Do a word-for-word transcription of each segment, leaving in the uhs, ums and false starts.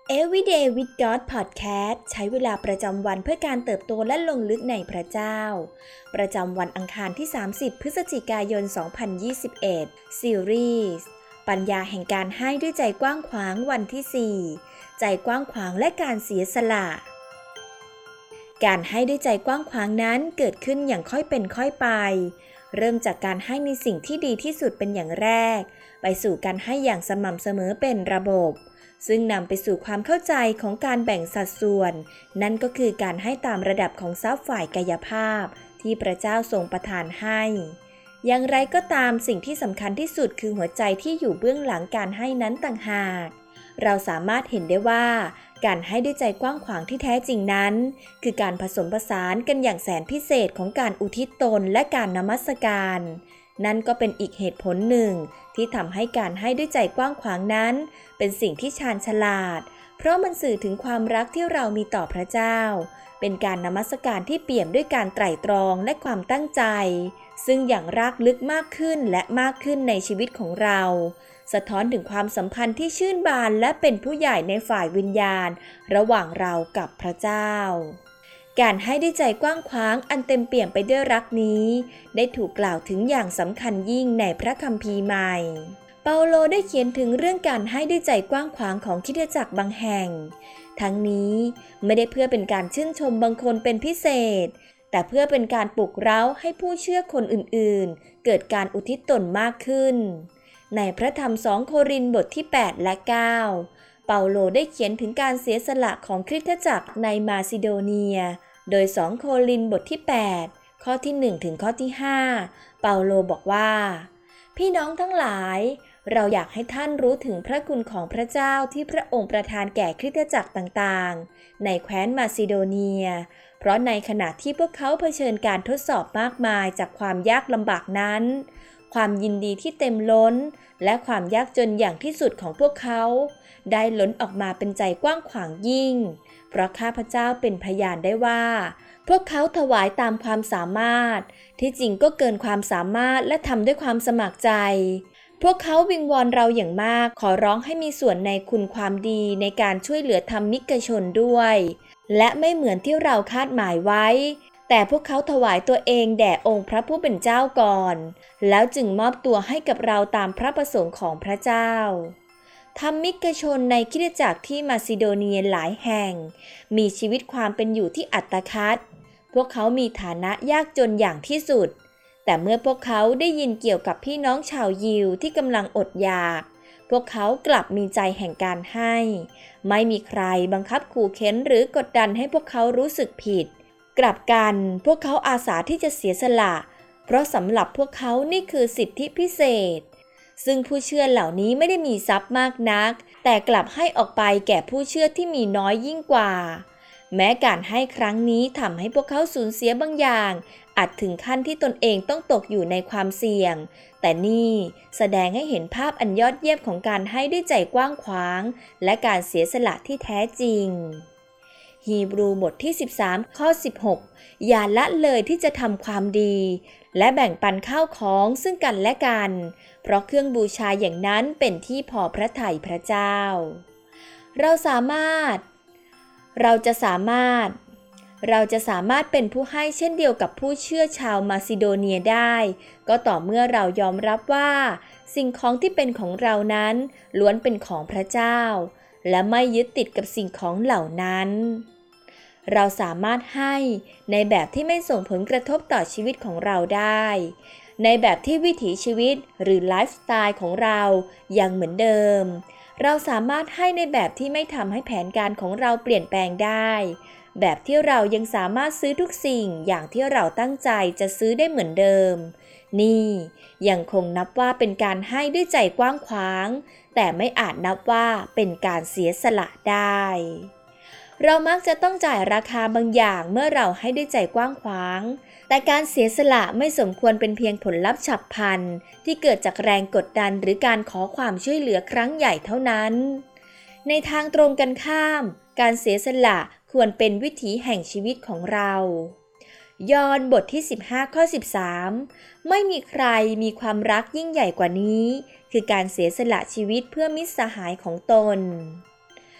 Everyday with God Podcast ใช้เวลาประจำวันเพื่อการเติบโตและลงลึกในพระเจ้าประจำวันอังคารที่สามสิบพฤศจิกายนสองพันยี่สิบเอ็ดซีรีส์ปัญญาแห่งการให้ด้วยใจกว้างขวางวันที่สี่ใจกว้างขวางและการเสียสละการให้ด้วยใจกว้างขวางนั้นเกิดขึ้นอย่างค่อยเป็นค่อยไปเริ่มจากการให้ในสิ่งที่ดีที่สุดเป็นอย่างแรกไปสู่การให้อย่างสม่ำเสมอเป็นระบบซึ่งนำไปสู่ความเข้าใจของการแบ่งสัดส่วนนั่นก็คือการให้ตามระดับของทรัพย์ฝ่ายกายภาพที่พระเจ้าทรงประทานให้อย่างไรก็ตามสิ่งที่สำคัญที่สุดคือหัวใจที่อยู่เบื้องหลังการให้นั้นต่างหากเราสามารถเห็นได้ว่าการให้ด้วยใจกว้างขวางที่แท้จริงนั้นคือการผสมผสานกันอย่างแสนพิเศษของการอุทิศตนและการนมัสการนั่นก็เป็นอีกเหตุผลหนึ่งที่ทำให้การให้ด้วยใจกว้างขวางนั้นเป็นสิ่งที่ชาญฉลาดเพราะมันสื่อถึงความรักที่เรามีต่อพระเจ้าเป็นการนมัสการที่เปี่ยมด้วยการไตร่ตรองและความตั้งใจซึ่งอย่างรากลึกมากขึ้นและมากขึ้นในชีวิตของเราสะท้อนถึงความสัมพันธ์ที่ชื่นบานและเป็นผู้ใหญ่ในฝ่ายวิญญาณระหว่างเรากับพระเจ้าการให้ด้วยใจกว้างขวางอันเต็มเปี่ยมไปด้วยรักนี้ได้ถูกกล่าวถึงอย่างสำคัญยิ่งในพระคัมภีร์ใหม่เปาโลได้เขียนถึงเรื่องการให้ด้วยใจกว้างขวางของคริสตจักรบางแห่งทั้งนี้ไม่ได้เพื่อเป็นการชื่นชมบางคนเป็นพิเศษแต่เพื่อเป็นการปลุกเร้าให้ผู้เชื่อคนอื่นๆเกิดการอุทิศตนมากขึ้นในพระธรรมสองโครินธ์บทที่แปดและเก้าเปาโลได้เขียนถึงการเสียสละของคริสตจักรในมาซิโดเนียโดยสองโครินธ์บทที่แปดข้อที่หนึ่งถึงข้อที่ห้าเปาโลบอกว่าพี่น้องทั้งหลายเราอยากให้ท่านรู้ถึงพระคุณของพระเจ้าที่พระองค์ประทานแก่คริสตจักรต่างๆในแคว้นมาซิโดเนียเพราะในขณะที่พวกเขาเผชิญการทดสอบมากมายจากความยากลำบากนั้นความยินดีที่เต็มล้นและความยากจนอย่างที่สุดของพวกเขาได้ล้นออกมาเป็นใจกว้างขวางยิ่งเพราะข้าพเจ้าเป็นพยานได้ว่าพวกเขาถวายตามความสามารถที่จริงก็เกินความสามารถและทำด้วยความสมัครใจพวกเขาวิงวอนเราอย่างมากขอร้องให้มีส่วนในคุณความดีในการช่วยเหลือธรรมิกชนด้วยและไม่เหมือนที่เราคาดหมายไว้แต่พวกเขาถวายตัวเองแด่องค์พระผู้เป็นเจ้าก่อนแล้วจึงมอบตัวให้กับเราตามพระประสงค์ของพระเจ้าธรรมิกชนในคริสตจักรที่มาซิโดเนียหลายแห่งมีชีวิตความเป็นอยู่ที่อัตคัดพวกเขามีฐานะยากจนอย่างที่สุดแต่เมื่อพวกเขาได้ยินเกี่ยวกับพี่น้องชาวยิวที่กำลังอดอยากพวกเขากลับมีใจแห่งการให้ไม่มีใครบังคับขู่เข็นหรือกดดันให้พวกเขารู้สึกผิดกลับกันพวกเขาอาสาที่จะเสียสละเพราะสำหรับพวกเขานี่คือสิทธิพิเศษซึ่งผู้เชื่อเหล่านี้ไม่ได้มีทรัพย์มากนักแต่กลับให้ออกไปแก่ผู้เชื่อที่มีน้อยยิ่งกว่าแม้การให้ครั้งนี้ทำให้พวกเขาสูญเสียบางอย่างอาจถึงขั้นที่ตนเองต้องตกอยู่ในความเสี่ยงแต่นี่แสดงให้เห็นภาพอันยอดเยี่ยมของการให้ด้วยใจกว้างขวางและการเสียสละที่แท้จริงฮีบรูบทที่สิบสามข้อสิบหกอย่าละเลยที่จะทำความดีและแบ่งปันข้าวของซึ่งกันและกันเพราะเครื่องบูชาอย่างนั้นเป็นที่พอพระทัยพระเจ้าเราสามารถเราจะสามารถเราจะสามารถเป็นผู้ให้เช่นเดียวกับผู้เชื่อชาวมาซิโดเนียได้ก็ต่อเมื่อเรายอมรับว่าสิ่งของที่เป็นของเรานั้นล้วนเป็นของพระเจ้าและไม่ยึดติดกับสิ่งของเหล่านั้นเราสามารถให้ในแบบที่ไม่ส่งผลกระทบต่อชีวิตของเราได้ในแบบที่วิถีชีวิตหรือไลฟ์สไตล์ของเรายังเหมือนเดิมเราสามารถให้ในแบบที่ไม่ทำให้แผนการของเราเปลี่ยนแปลงได้แบบที่เรายังสามารถซื้อทุกสิ่งอย่างที่เราตั้งใจจะซื้อได้เหมือนเดิมนี่ยังคงนับว่าเป็นการให้ด้วยใจกว้างขวางแต่ไม่อาจนับว่าเป็นการเสียสละได้เรามักจะต้องจ่ายราคาบางอย่างเมื่อเราให้ด้วยใจกว้างขวางแต่การเสียสละไม่สมควรเป็นเพียงผลลัพธ์ฉับพลันที่เกิดจากแรงกดดันหรือการขอความช่วยเหลือครั้งใหญ่เท่านั้นในทางตรงกันข้ามการเสียสละควรเป็นวิถีแห่งชีวิตของเรายอห์นบทที่สิบห้าข้อสิบสามไม่มีใครมีความรักยิ่งใหญ่กว่านี้คือการเสียสละชีวิตเพื่อมิตรสหายของตน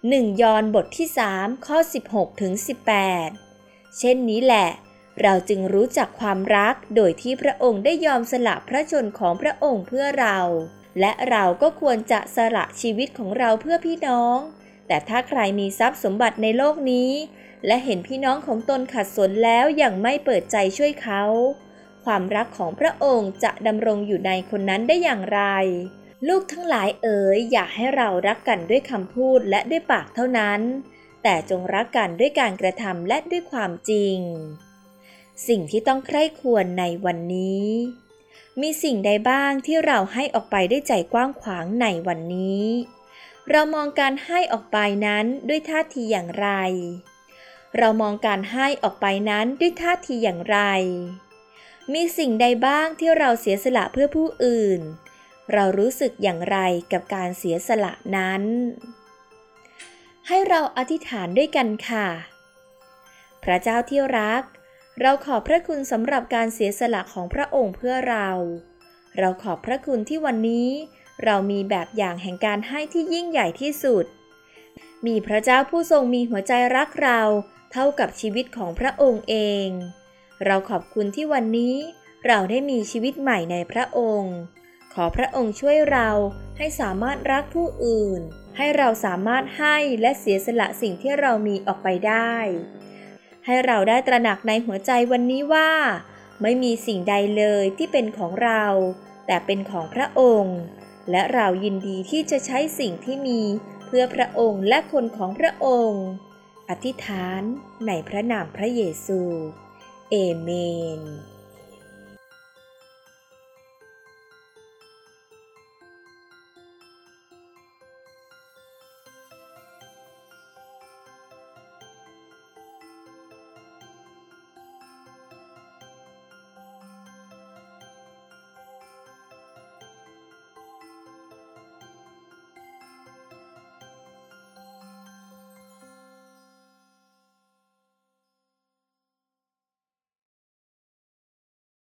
หนึ่งยอห์นบทที่สามข้อสิบหกถึงสิบแปดเช่นนี้แหละเราจึงรู้จักความรักโดยที่พระองค์ได้ยอมสละพระชนของพระองค์เพื่อเราและเราก็ควรจะสละชีวิตของเราเพื่อพี่น้องแต่ถ้าใครมีทรัพย์สมบัติในโลกนี้และเห็นพี่น้องของตนขัดสนแล้วยังไม่เปิดใจช่วยเขาความรักของพระองค์จะดำรงอยู่ในคนนั้นได้อย่างไรลูกทั้งหลายเอ๋ยอย่าให้เรารักกันด้วยคำพูดและด้วยปากเท่านั้นแต่จงรักกันด้วยการกระทำและด้วยความจริงสิ่งที่ต้องใคร่ควรในวันนี้มีสิ่งใดบ้างที่เราให้ออกไปด้วยใจกว้างขวางในวันนี้เรามองการให้ออกไปนั้นด้วยท่าทีอย่างไรเรามองการให้ออกไปนั้นด้วยท่าทีอย่างไรมีสิ่งใดบ้างที่เราเสียสละเพื่อผู้อื่นเรารู้สึกอย่างไรกับการเสียสละนั้นให้เราอธิษฐานด้วยกันค่ะพระเจ้าที่รักเราขอบพระคุณสำหรับการเสียสละของพระองค์เพื่อเราเราขอบพระคุณที่วันนี้เรามีแบบอย่างแห่งการให้ที่ยิ่งใหญ่ที่สุดมีพระเจ้าผู้ทรงมีหัวใจรักเราเท่ากับชีวิตของพระองค์เองเราขอบคุณที่วันนี้เราได้มีชีวิตใหม่ในพระองค์ขอพระองค์ช่วยเราให้สามารถรักผู้อื่นให้เราสามารถให้และเสียสละสิ่งที่เรามีออกไปได้ให้เราได้ตระหนักในหัวใจวันนี้ว่าไม่มีสิ่งใดเลยที่เป็นของเราแต่เป็นของพระองค์และเรายินดีที่จะใช้สิ่งที่มีเพื่อพระองค์และคนของพระองค์อธิษฐานในพระนามพระเยซูเอเมน